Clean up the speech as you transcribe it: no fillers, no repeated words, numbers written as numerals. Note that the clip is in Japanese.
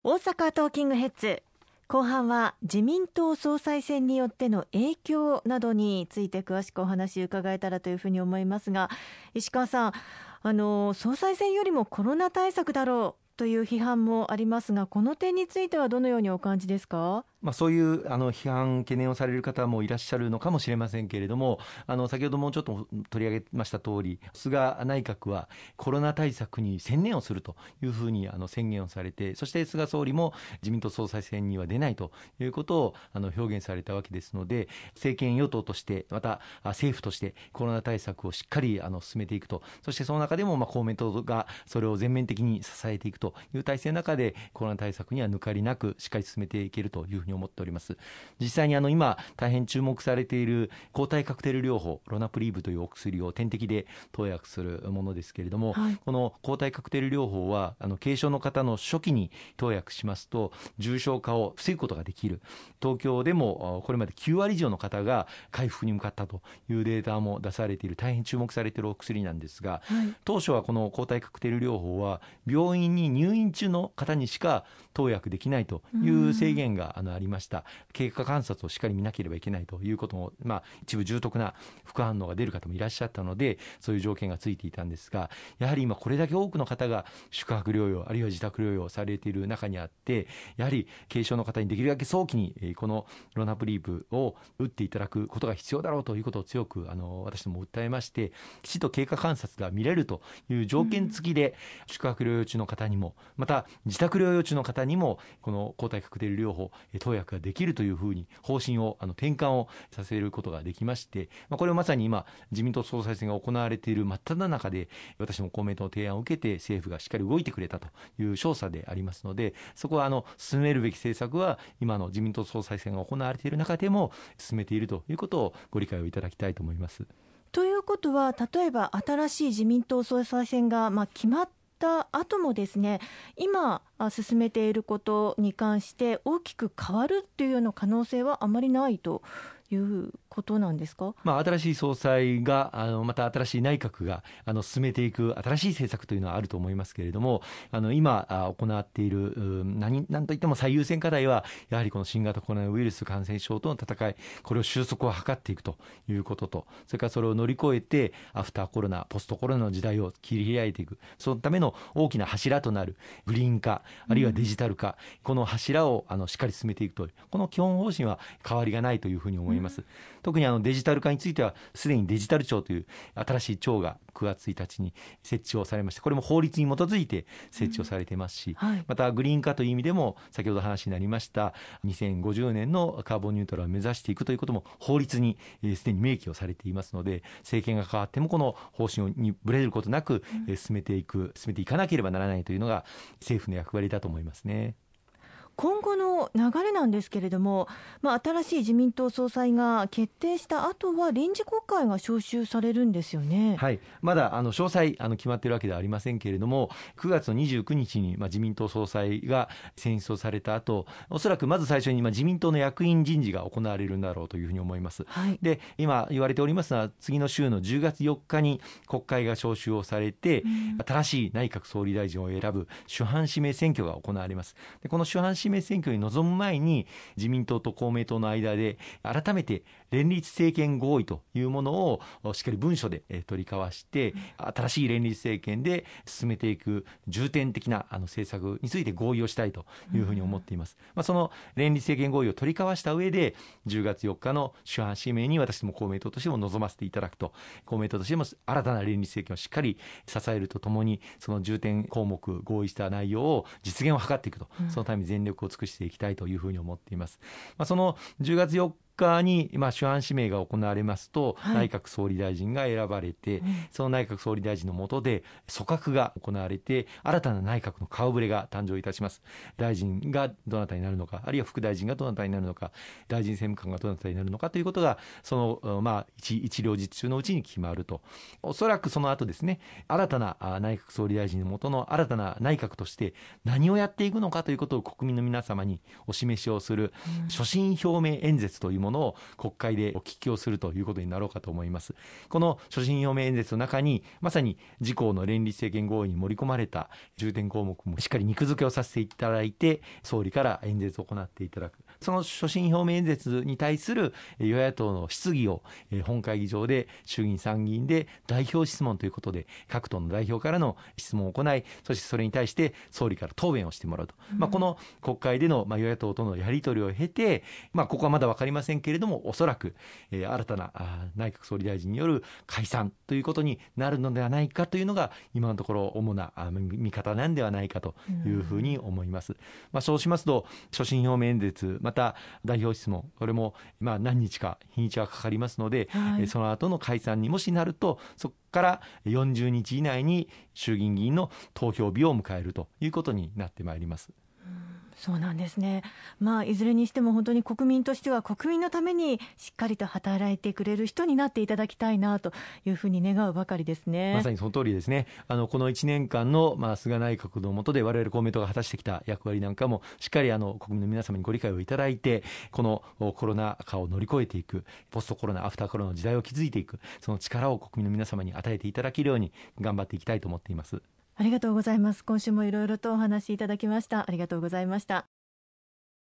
大阪トーキングヘッズ後半は自民党総裁選によっての影響などについて詳しくお話を伺えたらというふうに思いますが、石川さん、総裁選よりもコロナ対策だろうという批判もありますが、この点についてはどのようにお感じですか？ そういう批判懸念をされる方もいらっしゃるのかもしれませんけれども、先ほどもちょっと取り上げました通り、菅内閣はコロナ対策に専念をするというふうに宣言をされて、そして菅総理も自民党総裁選には出ないということを表現されたわけですので、政権与党としてまた政府としてコロナ対策をしっかり進めていくと、そしてその中でも公明党がそれを全面的に支えていくという体制の中で、コロナ対策には抜かりなくしっかり進めていけるというふうに思っております。実際に今大変注目されている抗体カクテル療法、ロナプリーブというお薬を点滴で投薬するものですけれども、この抗体カクテル療法は軽症の方の初期に投薬しますと重症化を防ぐことができる。東京でもこれまで9割以上の方が回復に向かったというデータも出されている大変注目されているお薬なんですが、当初はこの抗体カクテル療法は病院に入院中の方にしか投薬できないという制限がありました。経過観察をしっかり見なければいけないということも、一部重篤な副反応が出る方もいらっしゃったので、そういう条件がついていたんですが、やはり今これだけ多くの方が宿泊療養あるいは自宅療養されている中にあって、やはり軽症の方にできるだけ早期にこのロナプリーブを打っていただくことが必要だろうということを強く私ども訴えまして、きちっと経過観察が見れるという条件付きで、宿泊療養中の方にもまた自宅療養中の方にもこの抗体カクテル療法投薬ができるというふうに方針を転換をさせることができまして、これをまさに今自民党総裁選が行われている真っ只中で、私も公明党の提案を受けて政府がしっかり動いてくれたという証左でありますので、そこは進めるべき政策は今の自民党総裁選が行われている中でも進めているということをご理解をいただきたいと思います。 ということは、例えば新しい自民党総裁選が決まった後もですね、今進めていることに関して大きく変わるというような可能性はあまりないということなんですか？ 新しい総裁がまた新しい内閣が進めていく新しい政策というのはあると思いますけれども、今行っている何といっても最優先課題はやはりこの新型コロナウイルス感染症との戦い、これを収束を図っていくということと、それからそれを乗り越えてアフターコロナポストコロナの時代を切り開いていく、そのための大きな柱となるグリーン化あるいはデジタル化、この柱をしっかり進めていくという、この基本方針は変わりがないというふうに思います。特にデジタル化についてはすでにデジタル庁という新しい庁が9月1日に設置をされまして、これも法律に基づいて設置をされていますし、またグリーン化という意味でも先ほど話になりました2050年のカーボンニュートラルを目指していくということも法律にすでに明記をされていますので、政権が変わってもこの方針にぶれることなく進めていかなければならないというのが政府の役割だと思いますね。 今後の流れなんですけれども、新しい自民党総裁が決定した後は臨時国会が召集されるんですよね。 まだ詳細決まっているわけではありませんけれども、9月の29日に自民党総裁が選出をされた後、おそらくまず最初に自民党の役員人事が行われるんだろうというふうに思います。で、今言われておりますのは次の週の10月4日に国会が召集をされて、新しい内閣総理大臣を選ぶ首班指名選挙が行われます。で、この首班指名選挙に臨む前に自民党と公明党の間で改めて連立政権合意というものをしっかり文書で取り交わして、新しい連立政権で進めていく重点的な政策について合意をしたいというふうに思っています。その連立政権合意を取り交わした上で10月4日の首班指名に私ども公明党としても臨ませていただくと、公明党としても新たな連立政権をしっかり支えるとともに、その重点項目合意した内容を実現を図っていくと、そのために全力を尽くしていきたいというふうに思っています。その10月4日に首班指名が行われますと、内閣総理大臣が選ばれて、その内閣総理大臣の下で組閣が行われて、新たな内閣の顔ぶれが誕生いたします。大臣がどなたになるのか、あるいは副大臣がどなたになるのか、大臣政務官がどなたになるのかということがその一両日中のうちに決まると。おそらくその後ですね、新たな内閣総理大臣の下の新たな内閣として何をやっていくのかということを国民の皆様にお示しをする所信表明演説というものを国会でお聞きをするということになろうかと思います。この所信表明演説の中にまさに自公の連立政権合意に盛り込まれた重点項目もしっかり肉付けをさせていただいて、総理から演説を行っていただく。その所信表明演説に対する与野党の質疑を本会議場で衆議院参議院で代表質問ということで各党の代表からの質問を行い、そしてそれに対して総理から答弁をしてもらうと、この国会での与野党とのやり取りを経て、ここはまだ分かりませんけれども、おそらく新たな内閣総理大臣による解散ということになるのではないかというのが今のところ主な見方なんではないかというふうに思います。そうしますと所信表明演説また代表質問、これも何日か日にちはかかりますので、その後の解散にもしなると、そこから40日以内に衆議院議員の投票日を迎えるということになってまいります。 そうなんですね。いずれにしても本当に国民としては国民のためにしっかりと働いてくれる人になっていただきたいなというふうに願うばかりですね。 まさにその通りですね。この1年間の菅内閣の下で我々公明党が果たしてきた役割なんかもしっかり国民の皆様にご理解をいただいて、このコロナ禍を乗り越えていく、ポストコロナアフターコロナの時代を築いていく、その力を国民の皆様に与えていただけるように頑張っていきたいと思っています。 ありがとうございます。今週もいろいろとお話しいただきました。ありがとうございました。